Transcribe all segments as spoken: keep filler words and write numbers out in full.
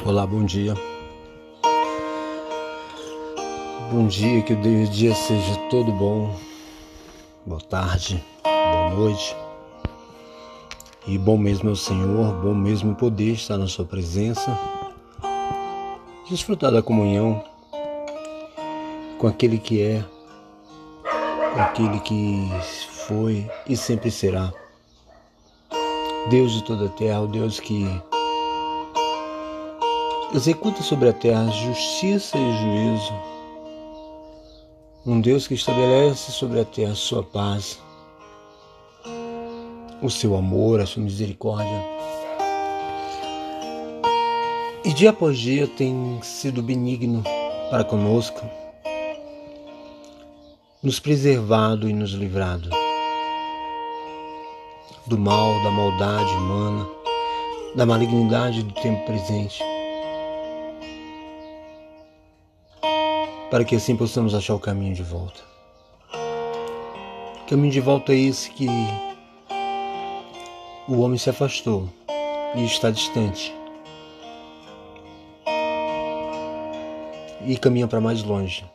Olá, bom dia. Bom dia, que o dia seja todo bom. Boa tarde, boa noite. E bom mesmo é o Senhor, bom mesmo poder estar na sua presença, desfrutar da comunhão com aquele que é, com aquele que foi e sempre será. Deus de toda a terra, o Deus que executa sobre a terra justiça e juízo. Um Deus que estabelece sobre a terra a sua paz, o seu amor, a sua misericórdia. E dia após dia tem sido benigno para conosco, nos preservado e nos livrado do mal, da maldade humana, da malignidade do tempo presente, para que assim possamos achar o caminho de volta. O caminho de volta é esse que o homem se afastou e está distante e caminha para mais longe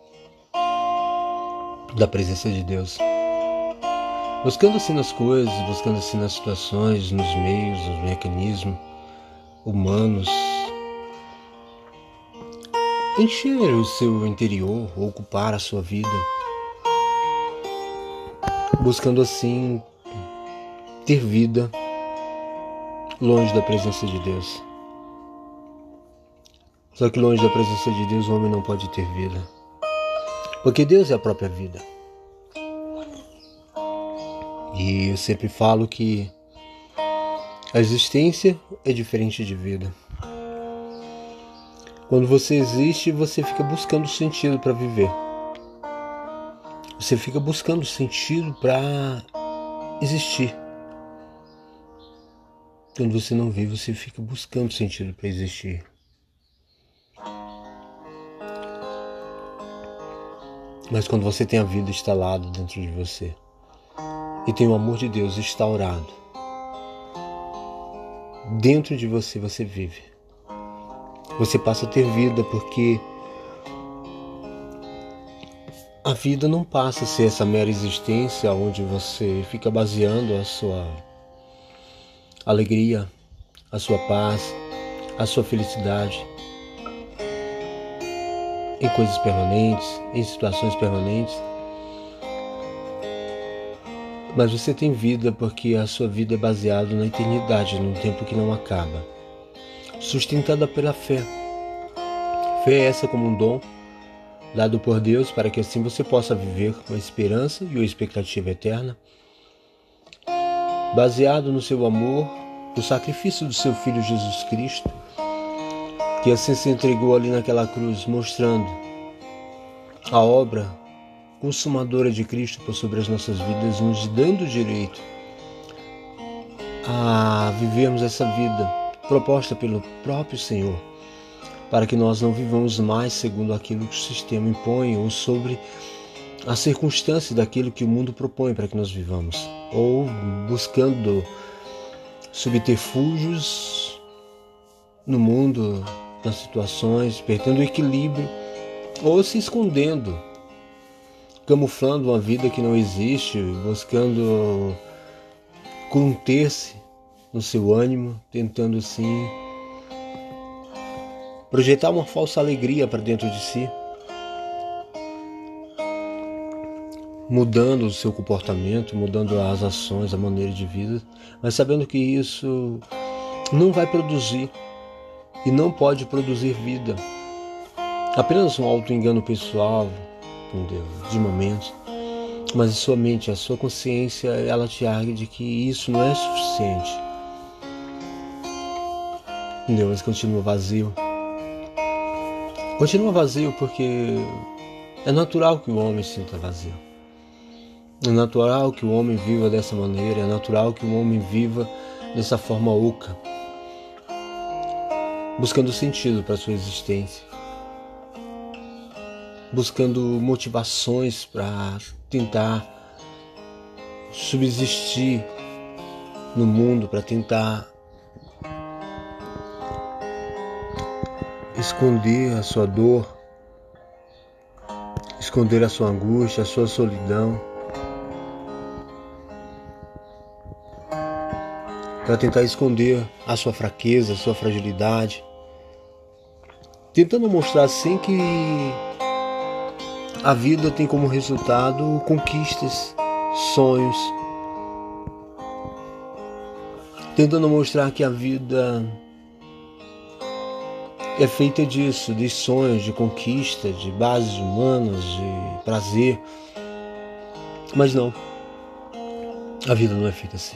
da presença de Deus, buscando assim nas coisas, buscando assim nas situações, nos meios, nos mecanismos humanos, encher o seu interior, ocupar a sua vida, buscando assim ter vida longe da presença de Deus. Só que longe da presença de Deus o homem não pode ter vida, porque Deus é a própria vida. E eu sempre falo que a existência é diferente de vida. Quando você existe, você fica buscando sentido para viver. Você fica buscando sentido para existir. Quando você não vive, você fica buscando sentido para existir. Mas quando você tem a vida instalada dentro de você e tem o amor de Deus instaurado dentro de você, você vive. Você passa a ter vida, porque a vida não passa a ser essa mera existência onde você fica baseando a sua alegria, a sua paz, a sua felicidade em coisas permanentes, em situações permanentes. Mas você tem vida porque a sua vida é baseada na eternidade, num tempo que não acaba, sustentada pela fé. Fé é essa como um dom dado por Deus para que assim você possa viver com a esperança e a expectativa eterna, baseado no seu amor, no sacrifício do seu Filho Jesus Cristo, que assim se entregou ali naquela cruz, mostrando a obra consumadora de Cristo por sobre as nossas vidas, nos dando o direito a vivermos essa vida proposta pelo próprio Senhor, para que nós não vivamos mais segundo aquilo que o sistema impõe ou sobre a circunstância daquilo que o mundo propõe para que nós vivamos, ou buscando subterfúgios no mundo, nas situações, perdendo o equilíbrio, ou se escondendo, camuflando uma vida que não existe, buscando conter-se no seu ânimo, tentando assim projetar uma falsa alegria para dentro de si, mudando o seu comportamento, mudando as ações, a maneira de vida, mas sabendo que isso não vai produzir e não pode produzir vida. Apenas um auto-engano pessoal, entendeu? De momentos, mas a sua mente, a sua consciência, ela te argue de que isso não é suficiente. Entendeu? Mas continua vazio. Continua vazio porque é natural que o homem se sinta vazio. É natural que o homem viva dessa maneira, é natural que o homem viva dessa forma oca, buscando sentido para a sua existência, buscando motivações para tentar subsistir no mundo, para tentar esconder a sua dor, esconder a sua angústia, a sua solidão, para tentar esconder a sua fraqueza, a sua fragilidade, tentando mostrar assim que a vida tem como resultado conquistas, sonhos, tentando mostrar que a vida é feita disso, de sonhos, de conquistas, de bases humanas, de prazer. Mas não, a vida não é feita assim.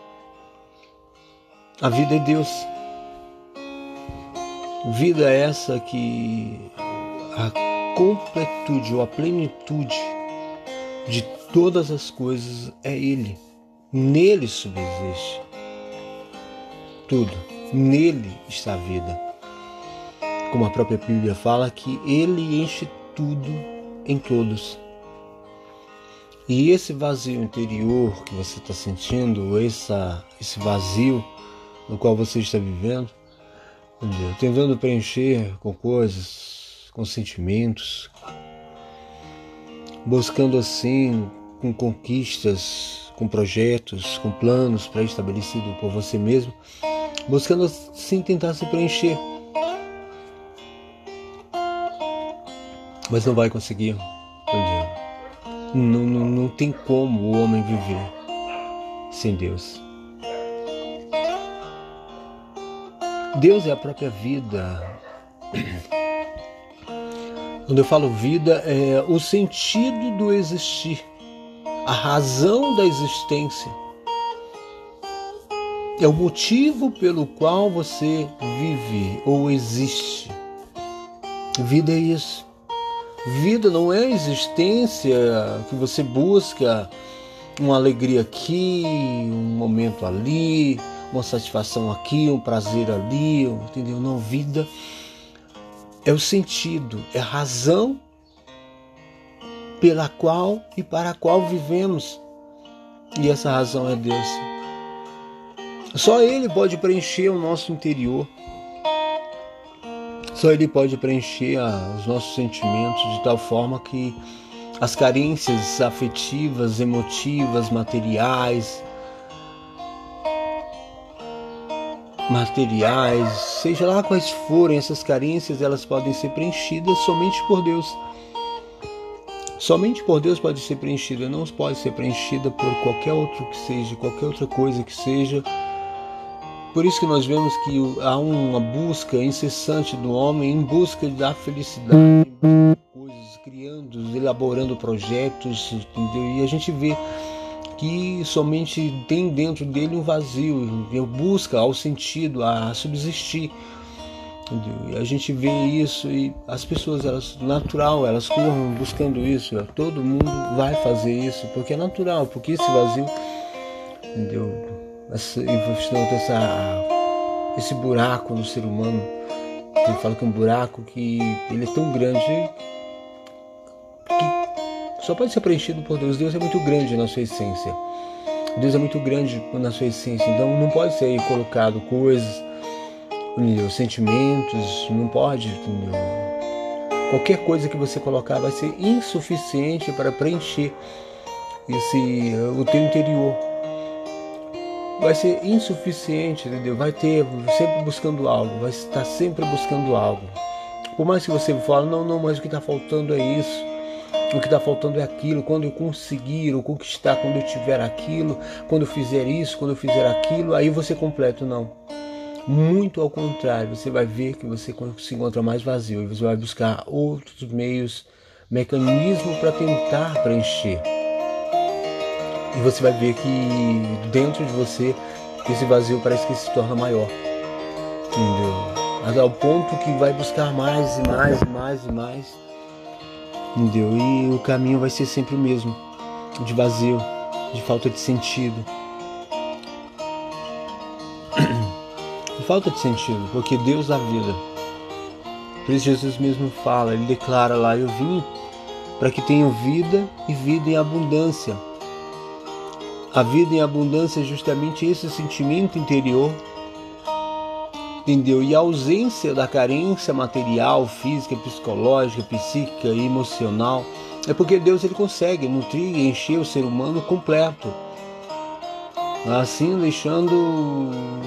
A vida é Deus. Vida é essa que a completude ou a plenitude de todas as coisas é Ele. Nele subsiste tudo. Nele está a vida. Como a própria Bíblia fala, que Ele enche tudo em todos. E esse vazio interior que você está sentindo, essa, esse vazio no qual você está vivendo, entendeu? Tentando preencher com coisas, com sentimentos, buscando assim, com conquistas, com projetos, com planos pré-estabelecidos por você mesmo, buscando assim tentar se preencher. Mas não vai conseguir, entendeu? Não, não, não tem como o homem viver sem Deus. Deus é a própria vida. Quando eu falo vida, é o sentido do existir, a razão da existência. É o motivo pelo qual você vive ou existe. Vida é isso. Vida não é a existência que você busca uma alegria aqui, um momento ali, uma satisfação aqui, um prazer ali, entendeu? Não, vida é o sentido, é a razão pela qual e para a qual vivemos. E essa razão é Deus. Só Ele pode preencher o nosso interior. Só Ele pode preencher os nossos sentimentos de tal forma que as carências afetivas, emotivas, materiais, materiais, seja lá quais forem essas carências, elas podem ser preenchidas somente por Deus. Somente por Deus pode ser preenchida, não pode ser preenchida por qualquer outro que seja, qualquer outra coisa que seja. Por isso que nós vemos que há uma busca incessante do homem em busca da felicidade, em busca de coisas, criando, elaborando projetos, entendeu? E a gente vê que somente tem dentro dele um vazio, entendeu? Busca ao sentido, a subsistir, entendeu? E a gente vê isso e as pessoas, elas, natural, elas corram buscando isso, todo mundo vai fazer isso, porque é natural, porque esse vazio, entendeu? Essa, essa, esse buraco no ser humano, ele fala que é um buraco que ele é tão grande que só pode ser preenchido por Deus. Deus é muito grande na sua essência. Deus é muito grande na sua essência, então não pode ser aí colocado coisas, entendeu? Sentimentos, não pode, entendeu? Qualquer coisa que você colocar vai ser insuficiente para preencher esse, o teu interior. Vai ser insuficiente, entendeu? Vai ter, sempre buscando algo, vai estar sempre buscando algo. Por mais que você fale, não, não, mas o que está faltando é isso, o que está faltando é aquilo, quando eu conseguir ou conquistar, quando eu tiver aquilo, quando eu fizer isso, quando eu fizer aquilo, aí você completa, não. Muito ao contrário, você vai ver que você se encontra mais vazio e você vai buscar outros meios, mecanismos para tentar preencher. E você vai ver que dentro de você esse vazio parece que se torna maior, entendeu? Mas ao ponto que vai buscar mais e mais e mais e mais, entendeu? E o caminho vai ser sempre o mesmo, de vazio, de falta de sentido. Falta de sentido, porque Deus dá vida. Por isso Jesus mesmo fala, Ele declara lá, eu vim para que tenham vida e vida em abundância. A vida em abundância é justamente esse sentimento interior entendeu? E a ausência da carência material, física, psicológica, psíquica e emocional é porque Deus ele consegue nutrir e encher o ser humano completo, assim deixando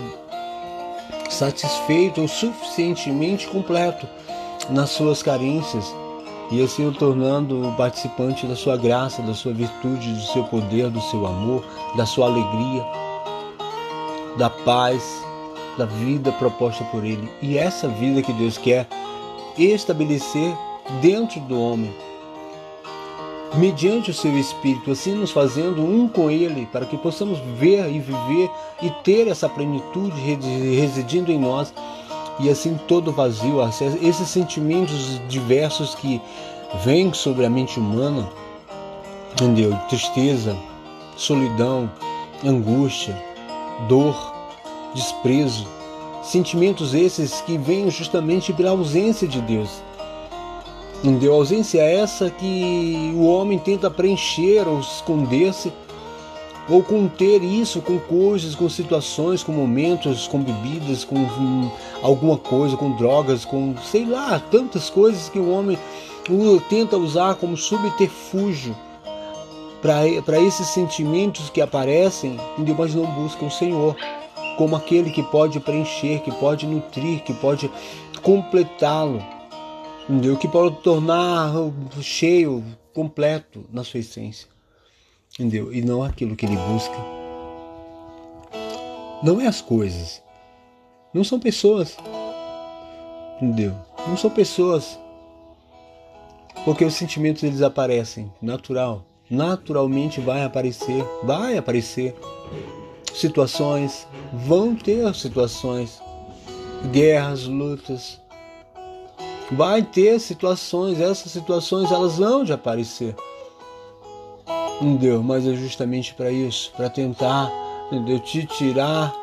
satisfeito ou suficientemente completo nas suas carências, e assim o tornando participante da sua graça, da sua virtude, do seu poder, do seu amor, da sua alegria, da paz, da vida proposta por Ele. E essa vida que Deus quer estabelecer dentro do homem, mediante o seu Espírito, assim nos fazendo um com Ele, para que possamos ver e viver e ter essa plenitude residindo em nós, e assim todo vazio, esses sentimentos diversos que vêm sobre a mente humana, entendeu? Tristeza, solidão, angústia, dor, desprezo, sentimentos esses que vêm justamente pela ausência de Deus. Entendeu? A ausência é essa que o homem tenta preencher ou esconder-se, ou conter isso com coisas, com situações, com momentos, com bebidas, com hum, alguma coisa, com drogas, com sei lá, tantas coisas que o homem tenta usar como subterfúgio para esses sentimentos que aparecem, entendeu? Mas não buscam o Senhor como aquele que pode preencher, que pode nutrir, que pode completá-lo, entendeu? Que pode tornar cheio, completo na sua essência, entendeu? E não aquilo que ele busca. Não é as coisas, não são pessoas, entendeu? Não são pessoas, porque os sentimentos eles aparecem, natural, naturalmente vai aparecer, vai aparecer. Situações, vão ter situações, guerras, lutas, vai ter situações, essas situações elas vão de aparecer, entendeu? Mas é justamente para isso, para tentar, entendeu? Te tirar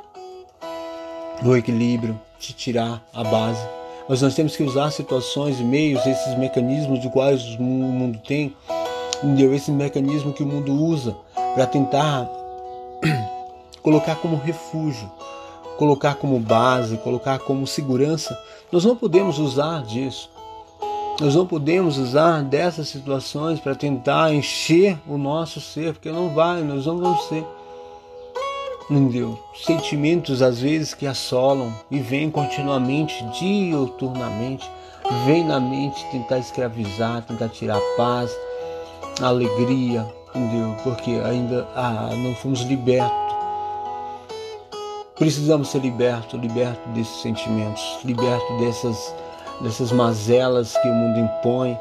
do equilíbrio, te tirar a base. Mas nós temos que usar situações e meios, esses mecanismos dos quais o mundo tem, entendeu? Esse mecanismo que o mundo usa para tentar colocar como refúgio, colocar como base, colocar como segurança. Nós não podemos usar disso. Nós não podemos usar dessas situações para tentar encher o nosso ser, porque não vai, nós não vamos ser. Entendeu? Sentimentos às vezes que assolam e vêm continuamente, diuturnamente, vêm na mente tentar escravizar, tentar tirar a paz, a alegria, entendeu? Porque ainda ah, não fomos libertos. Precisamos ser libertos, libertos desses sentimentos, libertos dessas, dessas mazelas que o mundo impõe.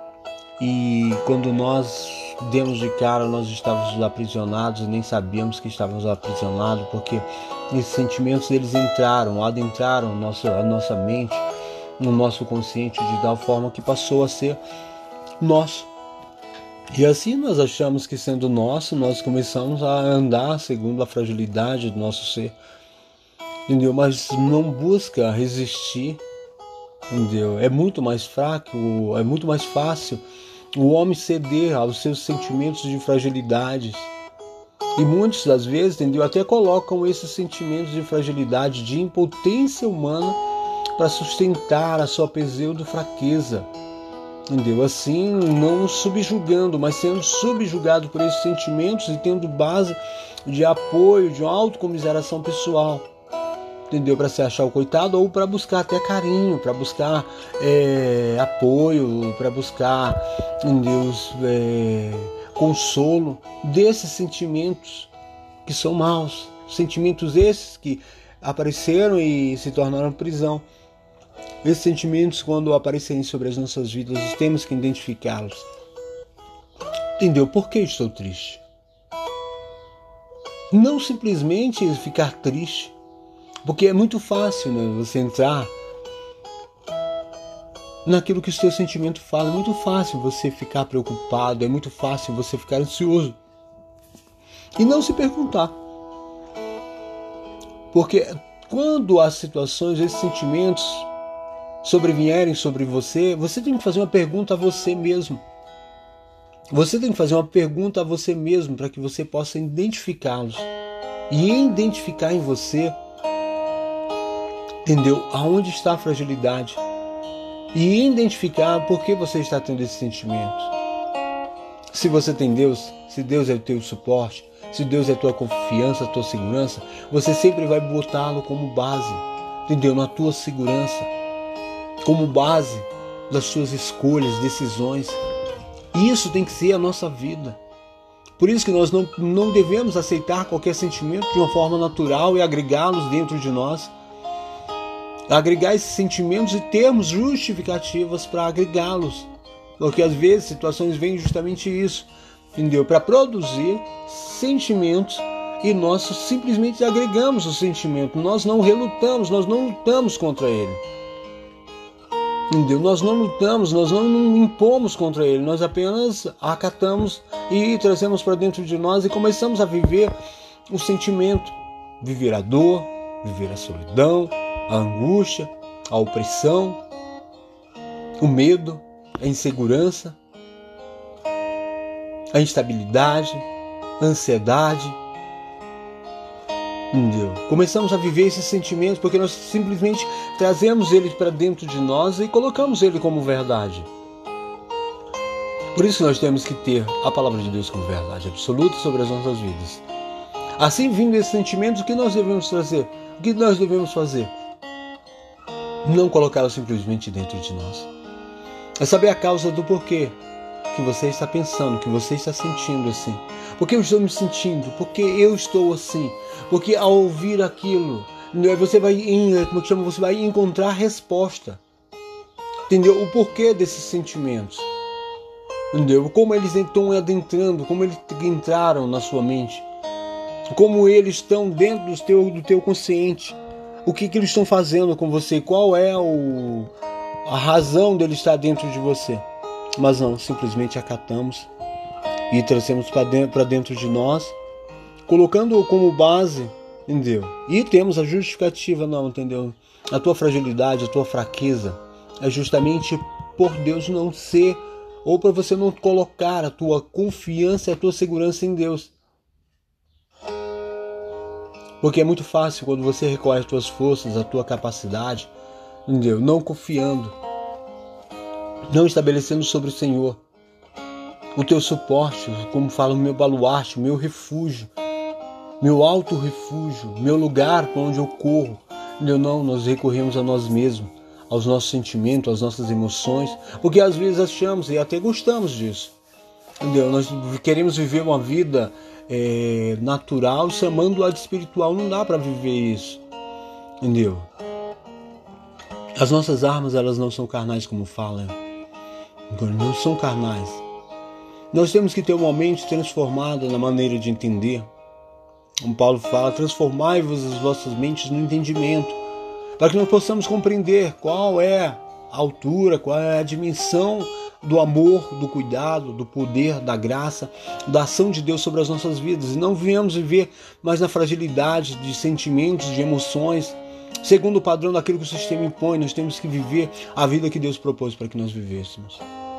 E quando nós demos de cara, nós estávamos aprisionados e nem sabíamos que estávamos aprisionados, porque esses sentimentos eles entraram, adentraram nossa, a nossa mente, no nosso consciente, de tal forma que passou a ser nosso. E assim nós achamos que, sendo nosso, nós começamos a andar segundo a fragilidade do nosso ser. Entendeu? Mas não busca resistir, entendeu? É muito mais fraco, é muito mais fácil o homem ceder aos seus sentimentos de fragilidade. E muitas das vezes, entendeu? Até colocam esses sentimentos de fragilidade, de impotência humana, para sustentar a sua pseudo-fraqueza. Entendeu? Assim, não subjugando, mas sendo subjugado por esses sentimentos e tendo base de apoio, de uma autocomiseração pessoal. Entendeu? Para se achar o coitado, ou para buscar até carinho, para buscar é, apoio, para buscar, entendeu? É, consolo desses sentimentos que são maus, sentimentos esses que apareceram e se tornaram prisão. Esses sentimentos, quando aparecerem sobre as nossas vidas, nós temos que identificá-los. Entendeu? Por que estou triste? Não simplesmente ficar triste, porque é muito fácil, né, você entrar naquilo que o seu sentimento fala. É muito fácil você ficar preocupado, é muito fácil você ficar ansioso e não se perguntar. Porque quando as situações, esses sentimentos sobrevierem sobre você, você tem que fazer uma pergunta a você mesmo. Você tem que fazer uma pergunta a você mesmo para que você possa identificá-los e identificar em você Entendeu? Aonde está a fragilidade? E identificar por que você está tendo esse sentimento. Se você tem Deus, se Deus é o teu suporte, se Deus é a tua confiança, a tua segurança, você sempre vai botá-lo como base, entendeu? Na tua segurança, como base das suas escolhas, decisões. Isso tem que ser a nossa vida. Por isso que nós não, não devemos aceitar qualquer sentimento de uma forma natural e agregá-los dentro de nós. Agregar esses sentimentos e termos justificativas para agregá-los. Porque às vezes situações vêm justamente isso, entendeu? Para produzir sentimentos e nós simplesmente agregamos o sentimento. Nós não relutamos, nós não lutamos contra ele. Entendeu? Nós não lutamos, nós não impomos contra ele, nós apenas acatamos e trazemos para dentro de nós e começamos a viver o sentimento, viver a dor, viver a solidão, a angústia, a opressão, o medo, a insegurança, a instabilidade, a ansiedade. Entendeu? Começamos a viver esses sentimentos porque nós simplesmente trazemos eles para dentro de nós e colocamos ele como verdade. Por isso nós temos que ter a palavra de Deus como verdade absoluta sobre as nossas vidas. Assim, vindo esses sentimentos, o que nós devemos trazer? O que nós devemos fazer? Não colocá-los simplesmente dentro de nós. É saber a causa do porquê que você está pensando, que você está sentindo assim. Por que eu estou me sentindo? Por que eu estou assim? Porque ao ouvir aquilo, você vai, como que chama? Você vai encontrar resposta. Entendeu? O porquê desses sentimentos. Entendeu? Como eles estão adentrando, como eles entraram na sua mente. Como eles estão dentro do teu, do teu consciente. O que, que eles estão fazendo com você? Qual é o, a razão dele estar dentro de você? Mas não, simplesmente acatamos e trazemos para dentro, dentro de nós, colocando-o como base, entendeu? E temos a justificativa, não, entendeu? A tua fragilidade, a tua fraqueza é justamente por Deus não ser, ou para você não colocar a tua confiança e a tua segurança em Deus. Porque é muito fácil quando você recorre às tuas forças, à tua capacidade, entendeu? Não confiando, não estabelecendo sobre o Senhor o teu suporte, como fala o meu baluarte, o meu refúgio, meu alto refúgio, meu lugar para onde eu corro. Entendeu? Não, nós recorremos a nós mesmos, aos nossos sentimentos, às nossas emoções, porque às vezes achamos e até gostamos disso. Entendeu? Nós queremos viver uma vida é, natural, chamando-a de espiritual. Não dá para viver isso. Entendeu? As nossas armas, elas não são carnais, como falam. Não são carnais. Nós temos que ter uma mente transformada na maneira de entender. Como Paulo fala, transformai-vos as vossas mentes no entendimento, para que nós possamos compreender qual é a altura, qual é a dimensão do amor, do cuidado, do poder, da graça, da ação de Deus sobre as nossas vidas. E não viemos viver mais na fragilidade de sentimentos, de emoções, segundo o padrão daquilo que o sistema impõe. Nós temos que viver a vida que Deus propôs para que nós vivêssemos.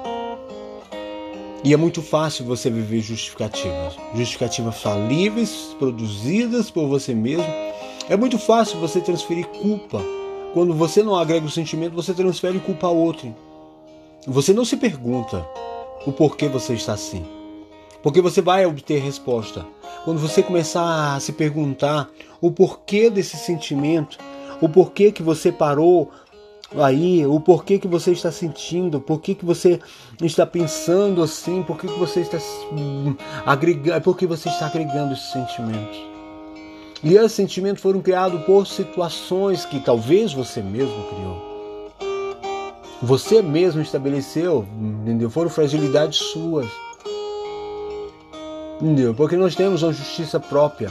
E é muito fácil você viver justificativas, justificativas falíveis, produzidas por você mesmo. É muito fácil você transferir culpa. Quando você não agrega o sentimento, você transfere culpa a outro. Você não se pergunta o porquê você está assim. Porque você vai obter resposta. Quando você começar a se perguntar o porquê desse sentimento, o porquê que você parou aí, o porquê que você está sentindo, por que que você está pensando assim, por que que você está hum, agregando, por que você está agregando esses sentimentos. E esses sentimentos foram criados por situações que talvez você mesmo criou. Você mesmo estabeleceu, entendeu? Foram fragilidades suas. Entendeu? Porque nós temos uma justiça própria.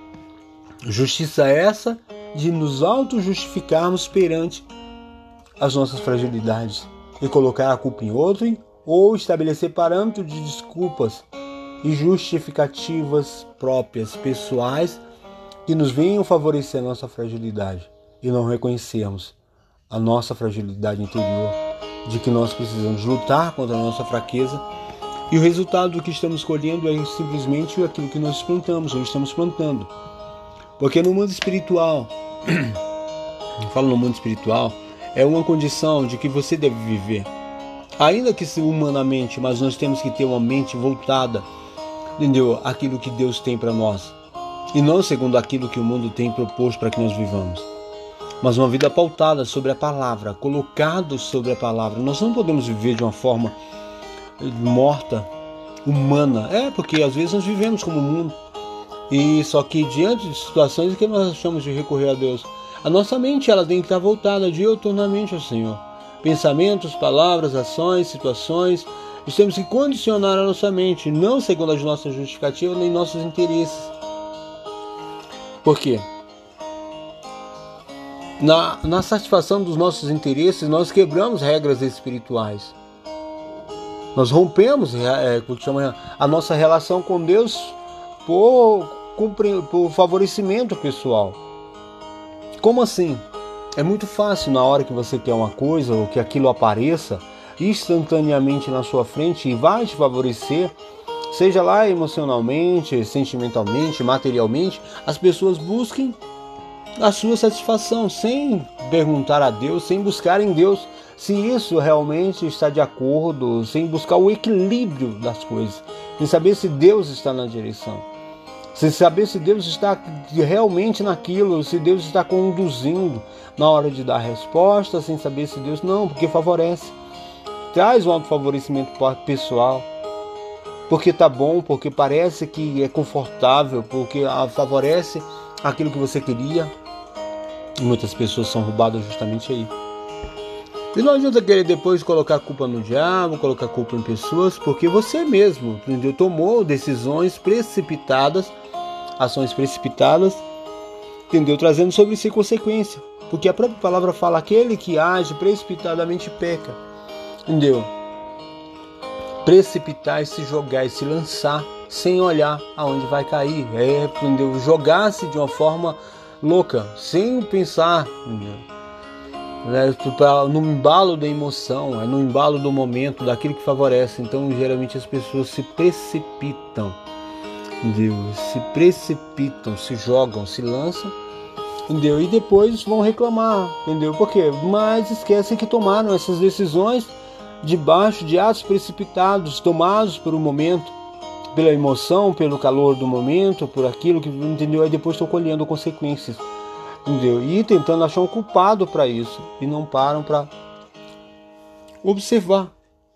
Justiça essa de nos auto-justificarmos perante as nossas fragilidades e colocar a culpa em outro, ou estabelecer parâmetros de desculpas e justificativas próprias, pessoais, que nos venham favorecer a nossa fragilidade e não reconhecermos a nossa fragilidade interior, de que nós precisamos lutar contra a nossa fraqueza, e o resultado do que estamos colhendo é simplesmente aquilo que nós plantamos ou estamos plantando. Porque no mundo espiritual eu falo no mundo espiritual, é uma condição de que você deve viver. Ainda que se humanamente, mas nós temos que ter uma mente voltada, entendeu? Aquilo que Deus tem para nós. E não segundo aquilo que o mundo tem proposto para que nós vivamos. Mas uma vida pautada sobre a palavra, colocado sobre a palavra. Nós não podemos viver de uma forma morta, humana. É, porque às vezes nós vivemos como o mundo. E só que diante de situações em que nós achamos de recorrer a Deus, a nossa mente ela tem que estar voltada diuturnamente ao Senhor. Pensamentos, palavras, ações, situações. Nós temos que condicionar a nossa mente, não segundo as nossas justificativas nem nossos interesses. Por quê? Na, na satisfação dos nossos interesses, nós quebramos regras espirituais. Nós rompemos é, chama, a nossa relação com Deus por, por favorecimento pessoal. Como assim? É muito fácil na hora que você quer uma coisa ou que aquilo apareça instantaneamente na sua frente e vai te favorecer, seja lá emocionalmente, sentimentalmente, materialmente, as pessoas busquem a sua satisfação sem perguntar a Deus, sem buscar em Deus se isso realmente está de acordo, sem buscar o equilíbrio das coisas, sem saber se Deus está na direção, sem saber se Deus está realmente naquilo, se Deus está conduzindo na hora de dar resposta, sem saber se Deus não, porque favorece, traz um autofavorecimento pessoal, porque tá bom, porque parece que é confortável, porque favorece aquilo que você queria. E muitas pessoas são roubadas justamente aí. E não adianta querer depois colocar a culpa no diabo, colocar a culpa em pessoas, porque você mesmo, entendeu? Tomou decisões precipitadas, ações precipitadas, entendeu? Trazendo sobre si consequência. Porque a própria palavra fala, aquele que age precipitadamente peca. Entendeu? Precipitar e se jogar e se lançar sem olhar aonde vai cair. É, entendeu? Jogar-se de uma forma louca, sem pensar, é, no embalo da emoção, é no embalo do momento, daquilo que favorece. Então geralmente as pessoas se precipitam, entendeu? Se precipitam, se jogam, se lançam, entendeu? E depois vão reclamar, entendeu? Por quê? Mas esquecem que tomaram essas decisões debaixo de atos precipitados, tomados por um momento, pela emoção, pelo calor do momento, por aquilo que, entendeu? Aí depois estão colhendo consequências, entendeu? E tentando achar um culpado para isso, e não param para observar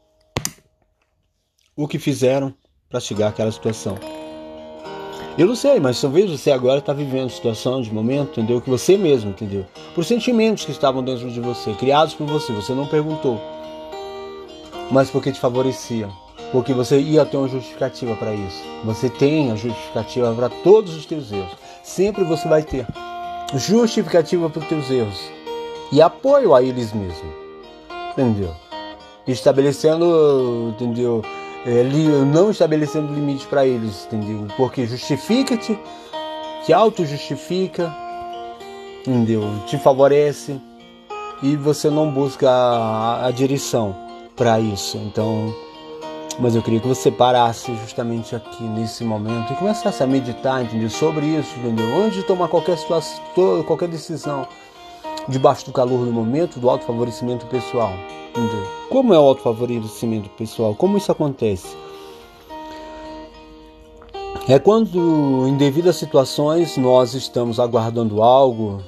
o que fizeram para chegar àquela situação. Eu não sei, mas talvez você agora está vivendo situação de momento, entendeu? Que você mesmo, entendeu? Por sentimentos que estavam dentro de você, criados por você, você não perguntou, mas porque te favoreciam. Porque você ia ter uma justificativa para isso. Você tem a justificativa para todos os teus erros. Sempre você vai ter justificativa para os teus erros. E apoio a eles mesmos. Entendeu? Estabelecendo, entendeu? É, não estabelecendo limite para eles, entendeu? Porque justifica-te, te auto-justifica, entendeu? Te favorece. E você não busca a, a direção para isso. Então... Mas eu queria que você parasse justamente aqui nesse momento e começasse a meditar, entendeu? Sobre isso, entendeu? Antes de tomar qualquer situação, qualquer decisão, debaixo do calor do momento, do autofavorecimento pessoal, entendeu? Como é o autofavorecimento pessoal? Como isso acontece? É quando, em devidas situações, nós estamos aguardando algo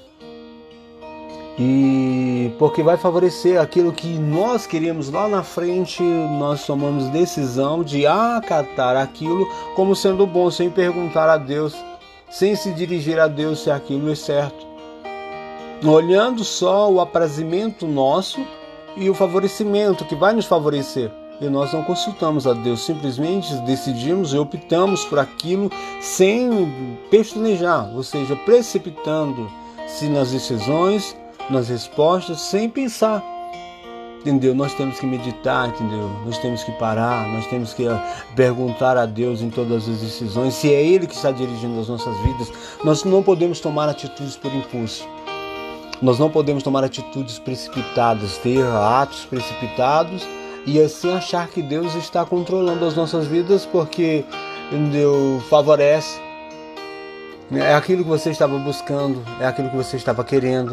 e porque vai favorecer aquilo que nós queríamos lá na frente, nós tomamos decisão de acatar aquilo como sendo bom, sem perguntar a Deus, sem se dirigir a Deus se aquilo é certo, olhando só o aprazimento nosso e o favorecimento que vai nos favorecer. E nós não consultamos a Deus, simplesmente decidimos e optamos por aquilo sem pestanejar, ou seja, precipitando-se nas decisões, nas respostas, sem pensar, entendeu? Nós temos que meditar, entendeu? Nós temos que parar, nós temos que perguntar a Deus em todas as decisões, se é Ele que está dirigindo as nossas vidas. Nós não podemos tomar atitudes por impulso, nós não podemos tomar atitudes precipitadas, ter atos precipitados e assim achar que Deus está controlando as nossas vidas porque, entendeu? Favorece, é aquilo que você estava buscando, é aquilo que você estava querendo.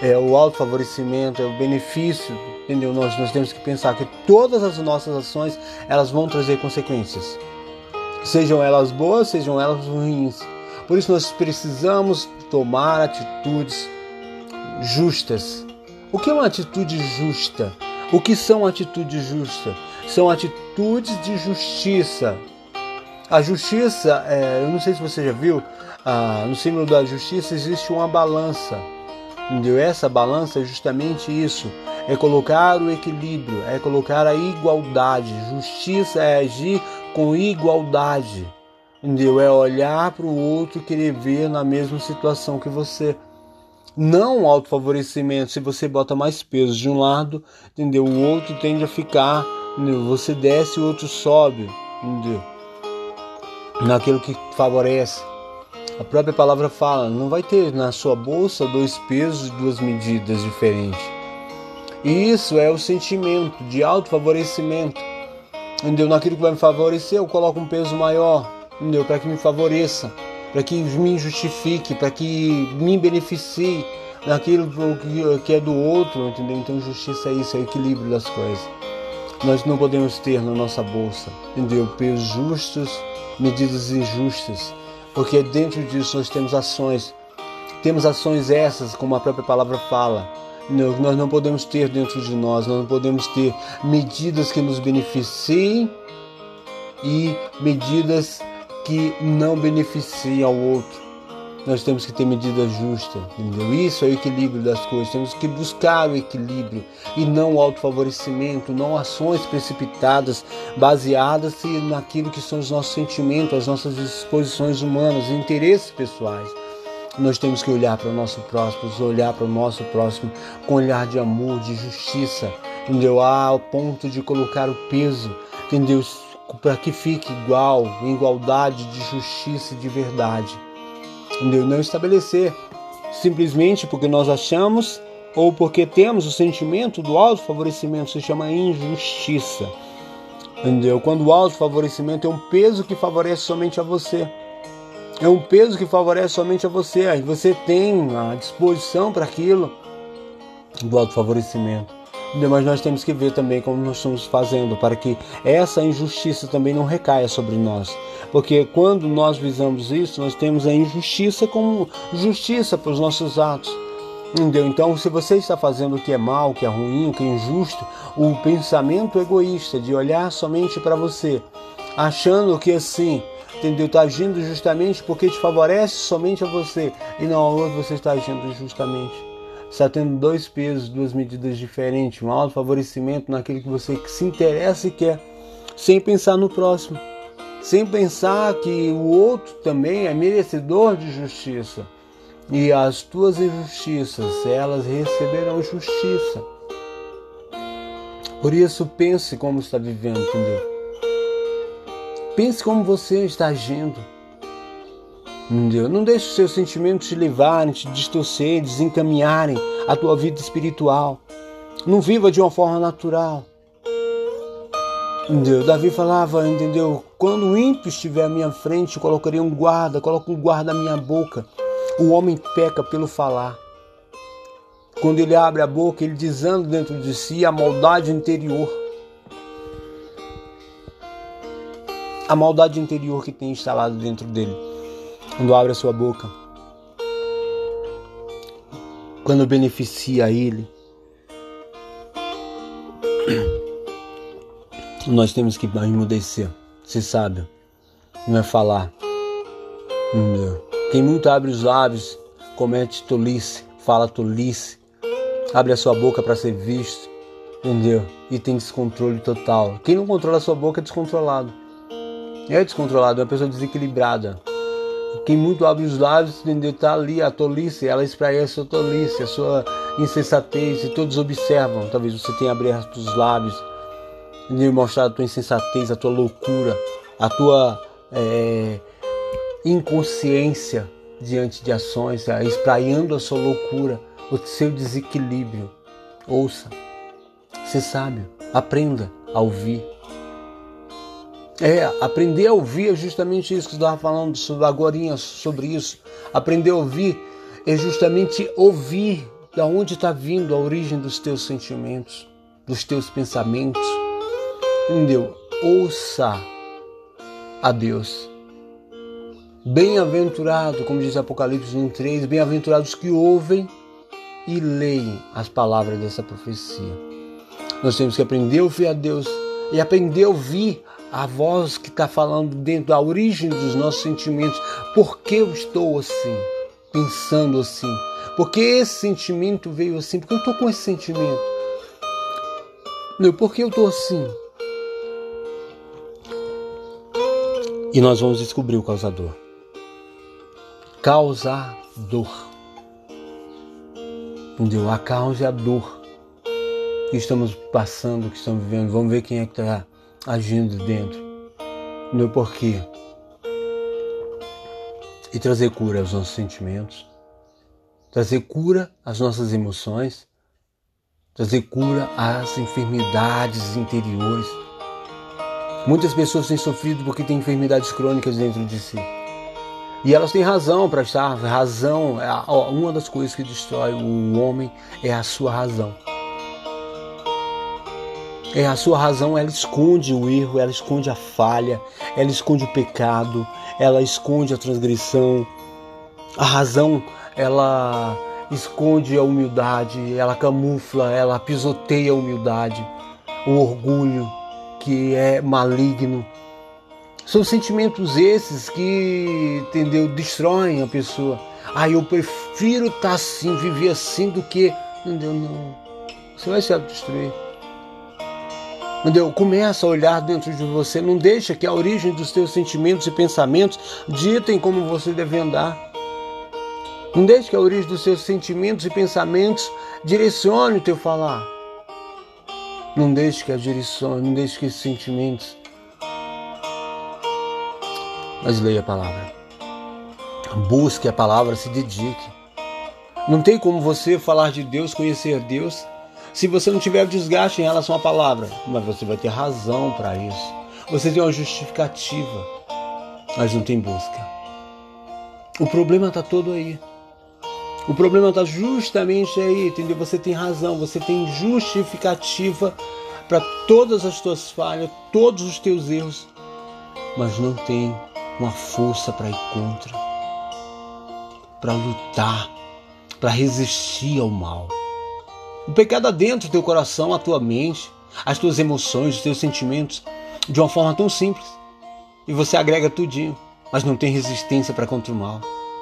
é o autofavorecimento, é o benefício, entendeu? Nós, nós temos que pensar que todas as nossas ações, elas vão trazer consequências. Sejam elas boas, sejam elas ruins. Por isso nós precisamos tomar atitudes justas. O que é uma atitude justa? O que são atitudes justas? São atitudes de justiça. A justiça, é, eu não sei se você já viu, ah, no símbolo da justiça existe uma balança. Entendeu? Essa balança é justamente isso. É colocar o equilíbrio, é colocar a igualdade. Justiça é agir com igualdade. Entendeu? É olhar para o outro e querer ver na mesma situação que você. Não autofavorecimento. Se você bota mais peso de um lado, entendeu? O outro tende a ficar, entendeu? Você desce e o outro sobe, entendeu? Naquilo que favorece. A própria palavra fala, não vai ter na sua bolsa dois pesos e duas medidas diferentes. E isso é o sentimento de autofavorecimento. Entendeu? Naquilo que vai me favorecer, eu coloco um peso maior, entendeu? Para que me favoreça, para que me justifique, para que me beneficie naquilo que é do outro, entendeu? Então justiça é isso, é o equilíbrio das coisas. Nós não podemos ter na nossa bolsa, entendeu? Pesos justos, medidas injustas, porque dentro disso nós temos ações. Temos ações essas, como a própria palavra fala. Nós não podemos ter dentro de nós, nós não podemos ter medidas que nos beneficiem e medidas que não beneficiem ao outro. Nós temos que ter medidas justas, entendeu? Isso é o equilíbrio das coisas. Temos que buscar o equilíbrio e não o autofavorecimento, não ações precipitadas, baseadas naquilo que são os nossos sentimentos, as nossas disposições humanas, interesses pessoais. Nós temos que olhar para o nosso próximo, olhar para o nosso próximo com olhar de amor, de justiça, entendeu? Ao ponto de colocar o peso, entendeu? Para que fique igual, em igualdade de justiça e de verdade. Entendeu? Não estabelecer simplesmente porque nós achamos ou porque temos o sentimento do autofavorecimento, se chama injustiça. Entendeu? Quando o autofavorecimento é um peso que favorece somente a você. É um peso que favorece somente a você. Aí você tem a disposição para aquilo do autofavorecimento. Mas nós temos que ver também como nós estamos fazendo para que essa injustiça também não recaia sobre nós. Porque quando nós visamos isso, nós temos a injustiça como justiça para os nossos atos. Entendeu? Então, se você está fazendo o que é mal, o que é ruim, o que é injusto, o pensamento egoísta de olhar somente para você, achando que assim, entendeu? Está agindo justamente porque te favorece somente a você e não ao outro, você está agindo injustamente. Está tendo dois pesos, duas medidas diferentes, um autofavorecimento naquilo que você se interessa e quer, sem pensar no próximo, sem pensar que o outro também é merecedor de justiça. E as tuas injustiças, elas receberão justiça. Por isso, pense como está vivendo, entendeu? Pense como você está agindo. Entendeu? Não deixe os seus sentimentos te levarem, te distorcer, desencaminharem a tua vida espiritual. Não viva de uma forma natural. Entendeu? Davi falava, entendeu? Quando o ímpio estiver à minha frente, eu colocarei um guarda, coloco um guarda na minha boca. O homem peca pelo falar. Quando ele abre a boca, ele desanda dentro de si a maldade interior. A maldade interior que tem instalado dentro dele. Quando abre a sua boca, quando beneficia ele, nós temos que emudecer, ser sábio, não é falar. Entendeu? Quem muito abre os lábios comete tolice, fala tolice, abre a sua boca para ser visto, entendeu? E tem descontrole total. Quem não controla a sua boca é descontrolado. É descontrolado, é uma pessoa desequilibrada. Quem muito abre os lábios, entendeu? Está ali a tolice, ela espraia a sua tolice, a sua insensatez, e todos observam. Talvez você tenha aberto os lábios, entendeu? Mostrado a tua insensatez, a tua loucura, a tua é, inconsciência diante de ações, é, espraiando a sua loucura, o seu desequilíbrio. Ouça, ser sábio, aprenda a ouvir. É, aprender a ouvir é justamente isso que eu estava falando sobre, agorinha, sobre isso. Aprender a ouvir é justamente ouvir Da onde está vindo a origem dos teus sentimentos, dos teus pensamentos? Entendeu? Ouça a Deus. Bem-aventurado, como diz Apocalipse um três, bem-aventurados que ouvem e leem as palavras dessa profecia. Nós temos que aprender a ouvir a Deus e aprender a ouvir a voz que está falando dentro da origem dos nossos sentimentos. Por que eu estou assim, pensando assim? Por que esse sentimento veio assim? Por que eu estou com esse sentimento? Meu, por que eu estou assim? E nós vamos descobrir o causador. Causador. Entendeu? A causa é a dor que estamos passando, que estamos vivendo. Vamos ver quem é que está agindo dentro. Entendeu? Por quê? E trazer cura aos nossos sentimentos. Trazer cura às nossas emoções. Trazer cura às enfermidades interiores. Muitas pessoas têm sofrido porque têm enfermidades crônicas dentro de si. E elas têm razão para estar. Razão, uma das coisas que destrói o homem é a sua razão. É a sua razão, ela esconde o erro, ela esconde a falha, ela esconde o pecado, ela esconde a transgressão. A razão, ela esconde a humildade, ela camufla, ela pisoteia a humildade, o orgulho que é maligno. São sentimentos esses que, entendeu, destroem a pessoa. Ah, eu prefiro estar assim, viver assim, do que... Entendeu? Não. Você vai se autodestruir. Entendeu? Começa a olhar dentro de você. Não deixa que a origem dos teus sentimentos e pensamentos ditem como você deve andar. Não deixe que a origem dos seus sentimentos e pensamentos direcione o teu falar. Não deixe que a direção, não deixe que esses sentimentos... Mas leia a palavra. Busque a palavra, se dedique. Não tem como você falar de Deus, conhecer Deus, se você não tiver desgaste em relação à palavra. Mas você vai ter razão para isso. Você tem uma justificativa, mas não tem busca. O problema está todo aí. O problema está justamente aí, entendeu? Você tem razão, você tem justificativa para todas as tuas falhas, todos os teus erros, mas não tem uma força para ir contra, para lutar, para resistir ao mal. O pecado adentra o teu coração, a tua mente, as tuas emoções, os teus sentimentos, de uma forma tão simples. E você agrega tudinho, mas não tem resistência para contra o mal.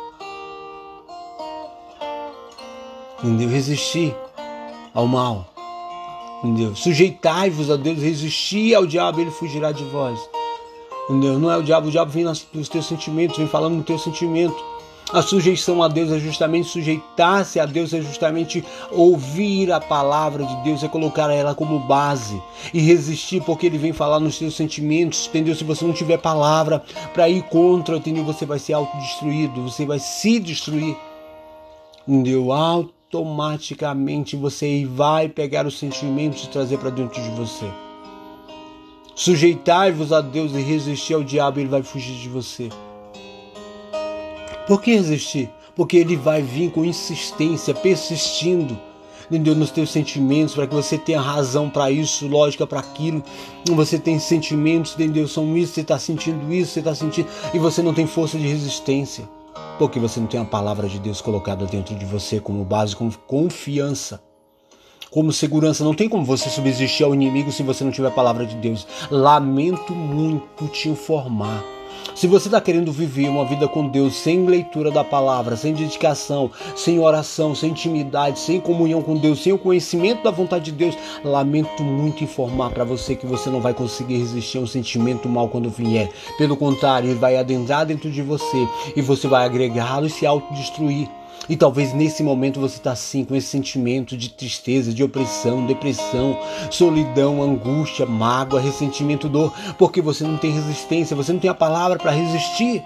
Entendeu? Resistir ao mal. Entendeu? Sujeitai-vos a Deus, resistir ao diabo, ele fugirá de vós. Entendeu? Não é o diabo, o diabo vem nos teus sentimentos, vem falando no teu sentimento. A sujeição a Deus é justamente sujeitar-se a Deus, é justamente ouvir a palavra de Deus, é colocar ela como base e resistir, porque ele vem falar nos teus sentimentos, entendeu? Se você não tiver palavra para ir contra, entendeu? Você vai ser autodestruído, você vai se destruir, entendeu? Automaticamente você vai pegar os sentimentos e trazer para dentro de você. Sujeitai-vos a Deus e resistir ao diabo, ele vai fugir de você. Por que resistir? Porque ele vai vir com insistência, persistindo, entendeu? Nos teus sentimentos, para que você tenha razão para isso, lógica para aquilo. Você tem sentimentos, entendeu? São isso, você está sentindo isso, você está sentindo, e você não tem força de resistência, porque você não tem a palavra de Deus colocada dentro de você como base, como confiança, como segurança. Não tem como você subsistir ao inimigo se você não tiver a palavra de Deus. Lamento muito te informar. Se você está querendo viver uma vida com Deus sem leitura da palavra, sem dedicação, sem oração, sem intimidade, sem comunhão com Deus, sem o conhecimento da vontade de Deus, lamento muito informar para você que você não vai conseguir resistir a um sentimento mal quando vier. Pelo contrário, ele vai adentrar dentro de você e você vai agregá-lo e se autodestruir. E talvez nesse momento você está assim, com esse sentimento de tristeza, de opressão, depressão, solidão, angústia, mágoa, ressentimento, dor, porque você não tem resistência, você não tem a palavra para resistir.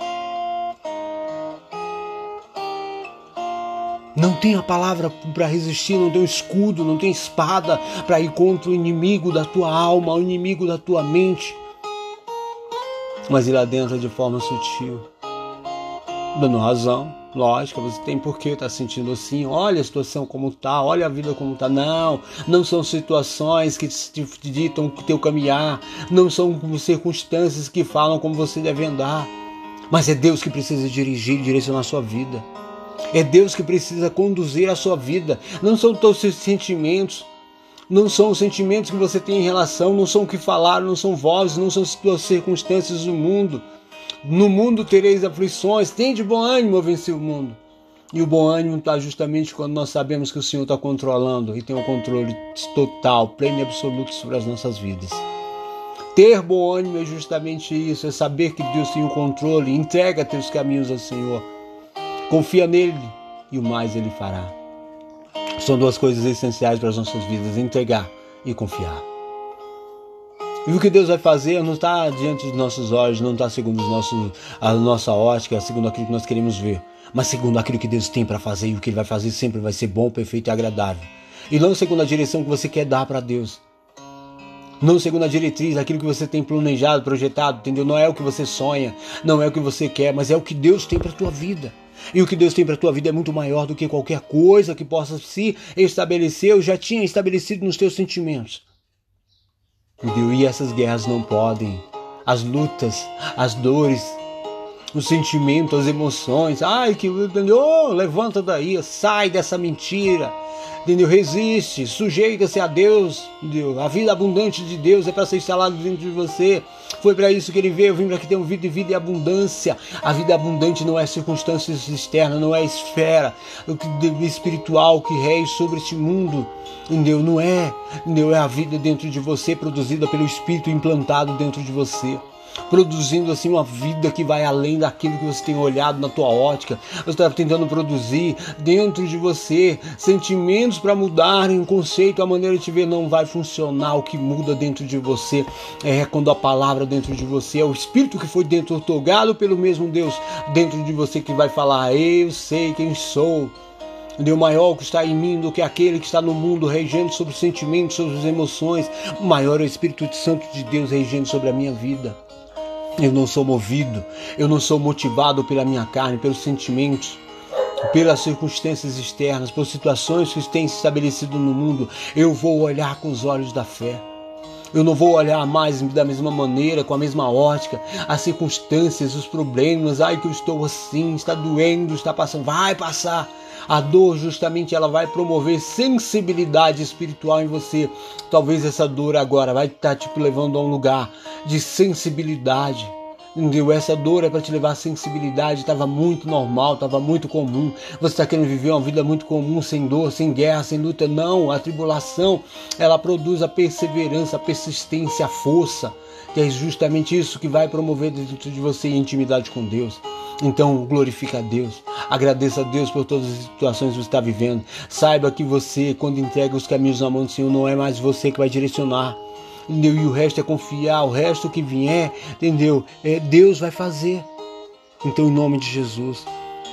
Não tem a palavra para resistir, não tem o escudo, não tem espada para ir contra o inimigo da tua alma, o inimigo da tua mente. Mas ele adentra de forma sutil. dando razão. Lógico, você tem porquê estar sentindo assim. Olha a situação como está, olha a vida como está. Não, não são situações que te ditam o teu caminhar. Não são circunstâncias que falam como você deve andar. Mas é Deus que precisa dirigir e direcionar a sua vida. É Deus que precisa conduzir a sua vida. Não são todos os seus sentimentos. Não são os sentimentos que você tem em relação. Não são o que falaram, não são vozes, não são as tuas circunstâncias do mundo. No mundo tereis aflições, tem de bom ânimo, eu venci o mundo. E o bom ânimo está justamente quando nós sabemos que o Senhor está controlando e tem um controle total, pleno e absoluto sobre as nossas vidas. Ter bom ânimo é justamente isso, é saber que Deus tem o controle. Entrega teus caminhos ao Senhor, confia nele e o mais ele fará. São duas coisas essenciais para as nossas vidas, entregar e confiar. E o que Deus vai fazer não está diante dos nossos olhos, não está segundo os nossos, a nossa ótica, segundo aquilo que nós queremos ver, mas segundo aquilo que Deus tem para fazer, e o que Ele vai fazer sempre vai ser bom, perfeito e agradável. E não segundo a direção que você quer dar para Deus. Não segundo a diretriz, aquilo que você tem planejado, projetado, entendeu? Não é o que você sonha, não é o que você quer, mas é o que Deus tem para a tua vida. E o que Deus tem para a tua vida é muito maior do que qualquer coisa que possa se estabelecer ou já tinha estabelecido nos teus sentimentos. E essas guerras não podem, as lutas, as dores, os sentimentos, as emoções, ai que, entendeu? Levanta daí, sai dessa mentira, entendeu? Resiste, sujeita-se a Deus, entendeu? A vida abundante de Deus é para ser instalada dentro de você. Foi para isso que Ele veio, eu vim para que tenha vida e vida e abundância. A vida abundante não é circunstâncias externas, não é esfera espiritual que rege sobre este mundo. Entendeu? Não é, entendeu? É a vida dentro de você, produzida pelo Espírito implantado dentro de você, produzindo assim uma vida que vai além daquilo que você tem olhado na tua ótica. Você está tentando produzir dentro de você sentimentos para mudarem o conceito, a maneira de te ver. Não vai funcionar. O que muda dentro de você é quando a palavra dentro de você é o Espírito que foi dentro, otorgado pelo mesmo Deus dentro de você, que vai falar: eu sei quem sou. Deus maior que está em mim do que aquele que está no mundo, regendo sobre os sentimentos, sobre as emoções. Maior é o Espírito Santo de Deus regendo sobre a minha vida. Eu não sou movido, eu não sou motivado pela minha carne, pelos sentimentos, pelas circunstâncias externas, por situações que têm se estabelecido no mundo. Eu vou olhar com os olhos da fé. Eu não vou olhar mais da mesma maneira, com a mesma ótica, as circunstâncias, os problemas. Ai, que eu estou assim, está doendo, está passando. Vai passar. A dor, justamente, ela vai promover sensibilidade espiritual em você. Talvez essa dor agora vai estar te levando a um lugar de sensibilidade. Entendeu? Essa dor é para te levar a sensibilidade. Estava muito normal, estava muito comum. Você está querendo viver uma vida muito comum, sem dor, sem guerra, sem luta. Não, a tribulação, ela produz a perseverança, a persistência, a força. Que é justamente isso que vai promover dentro de você a intimidade com Deus. Então glorifica a Deus, agradeça a Deus por todas as situações que você está vivendo. Saiba que você, quando entrega os caminhos na mão do Senhor, não é mais você que vai direcionar, entendeu? E o resto é confiar, o resto que vier, entendeu? É, Deus vai fazer. Então, em nome de Jesus,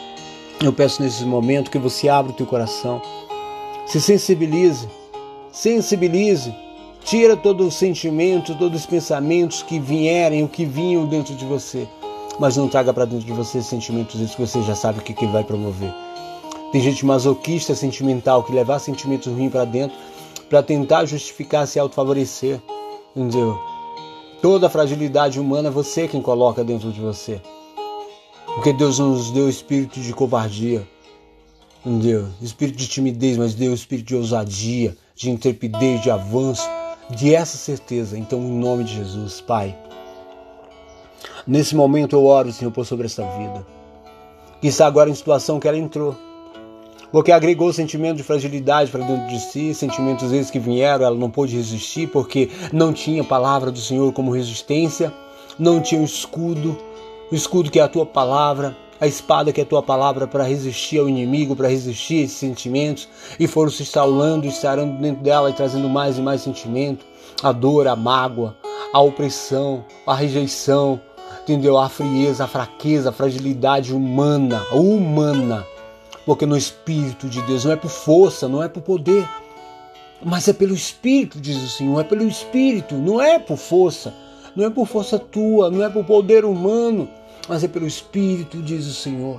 eu peço nesse momento que você abra o teu coração, se sensibilize, sensibilize, tira todo o sentimento, todos os pensamentos que vierem, o que vinham dentro de você. Mas não traga para dentro de você sentimentos esses que você já sabe o que, que ele vai promover. Tem gente masoquista, sentimental, que leva sentimentos ruins para dentro para tentar justificar, se autofavorecer. Entendeu? Toda a fragilidade humana é você quem coloca dentro de você. Porque Deus não nos deu espírito de covardia. Entendeu? Espírito de timidez, mas deu espírito de ousadia, de intrepidez, de avanço, de essa certeza. Então, em nome de Jesus, Pai, nesse momento eu oro, Senhor, por sobre essa vida, que está agora em situação que ela entrou, porque agregou sentimento de fragilidade para dentro de si, sentimentos esses que vieram, ela não pôde resistir, porque não tinha a palavra do Senhor como resistência, não tinha o escudo, o escudo que é a tua palavra, a espada que é a tua palavra para resistir ao inimigo, para resistir a esses sentimentos, e foram se instalando, instalando dentro dela e trazendo mais e mais sentimento, a dor, a mágoa, a opressão, a rejeição, entendeu? A frieza, a fraqueza, a fragilidade humana, humana, porque no Espírito de Deus não é por força, não é por poder, mas é pelo Espírito, diz o Senhor, é pelo Espírito, não é por força, não é por força tua, não é por poder humano, mas é pelo Espírito, diz o Senhor.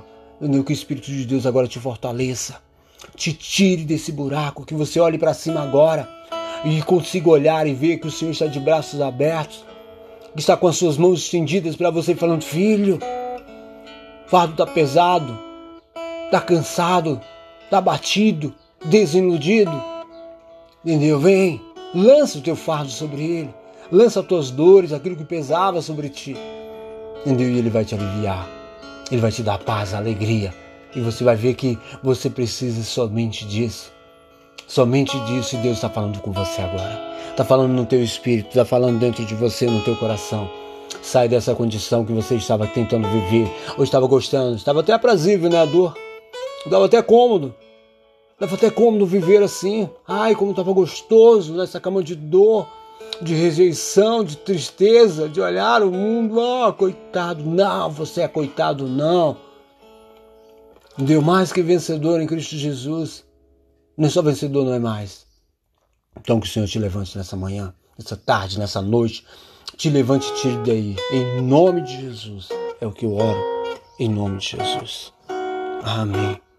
Entendeu? Que o Espírito de Deus agora te fortaleça, te tire desse buraco, que você olhe para cima agora e consiga olhar e ver que o Senhor está de braços abertos, que está com as suas mãos estendidas para você, falando: filho, o fardo está pesado, está cansado, está batido, desiludido. Entendeu? Vem, lança o teu fardo sobre ele, lança as tuas dores, aquilo que pesava sobre ti. Entendeu? E ele vai te aliviar, ele vai te dar paz, alegria. E você vai ver que você precisa somente disso. Somente disso, e Deus está falando com você agora. Está falando no teu espírito, está falando dentro de você, no teu coração. Sai dessa condição que você estava tentando viver, ou estava gostando, estava até aprazível, né, a dor. Estava até cômodo. Estava até cômodo viver assim. Ai, como estava gostoso nessa cama de dor, de rejeição, de tristeza, de olhar o mundo. Ah, coitado. Não, você é coitado, não. Deu mais que vencedor em Cristo Jesus. Não é só vencedor, não é mais. Então que o Senhor te levante nessa manhã, nessa tarde, nessa noite. Te levante e tire daí. Em nome de Jesus. É o que eu oro. Em nome de Jesus. Amém.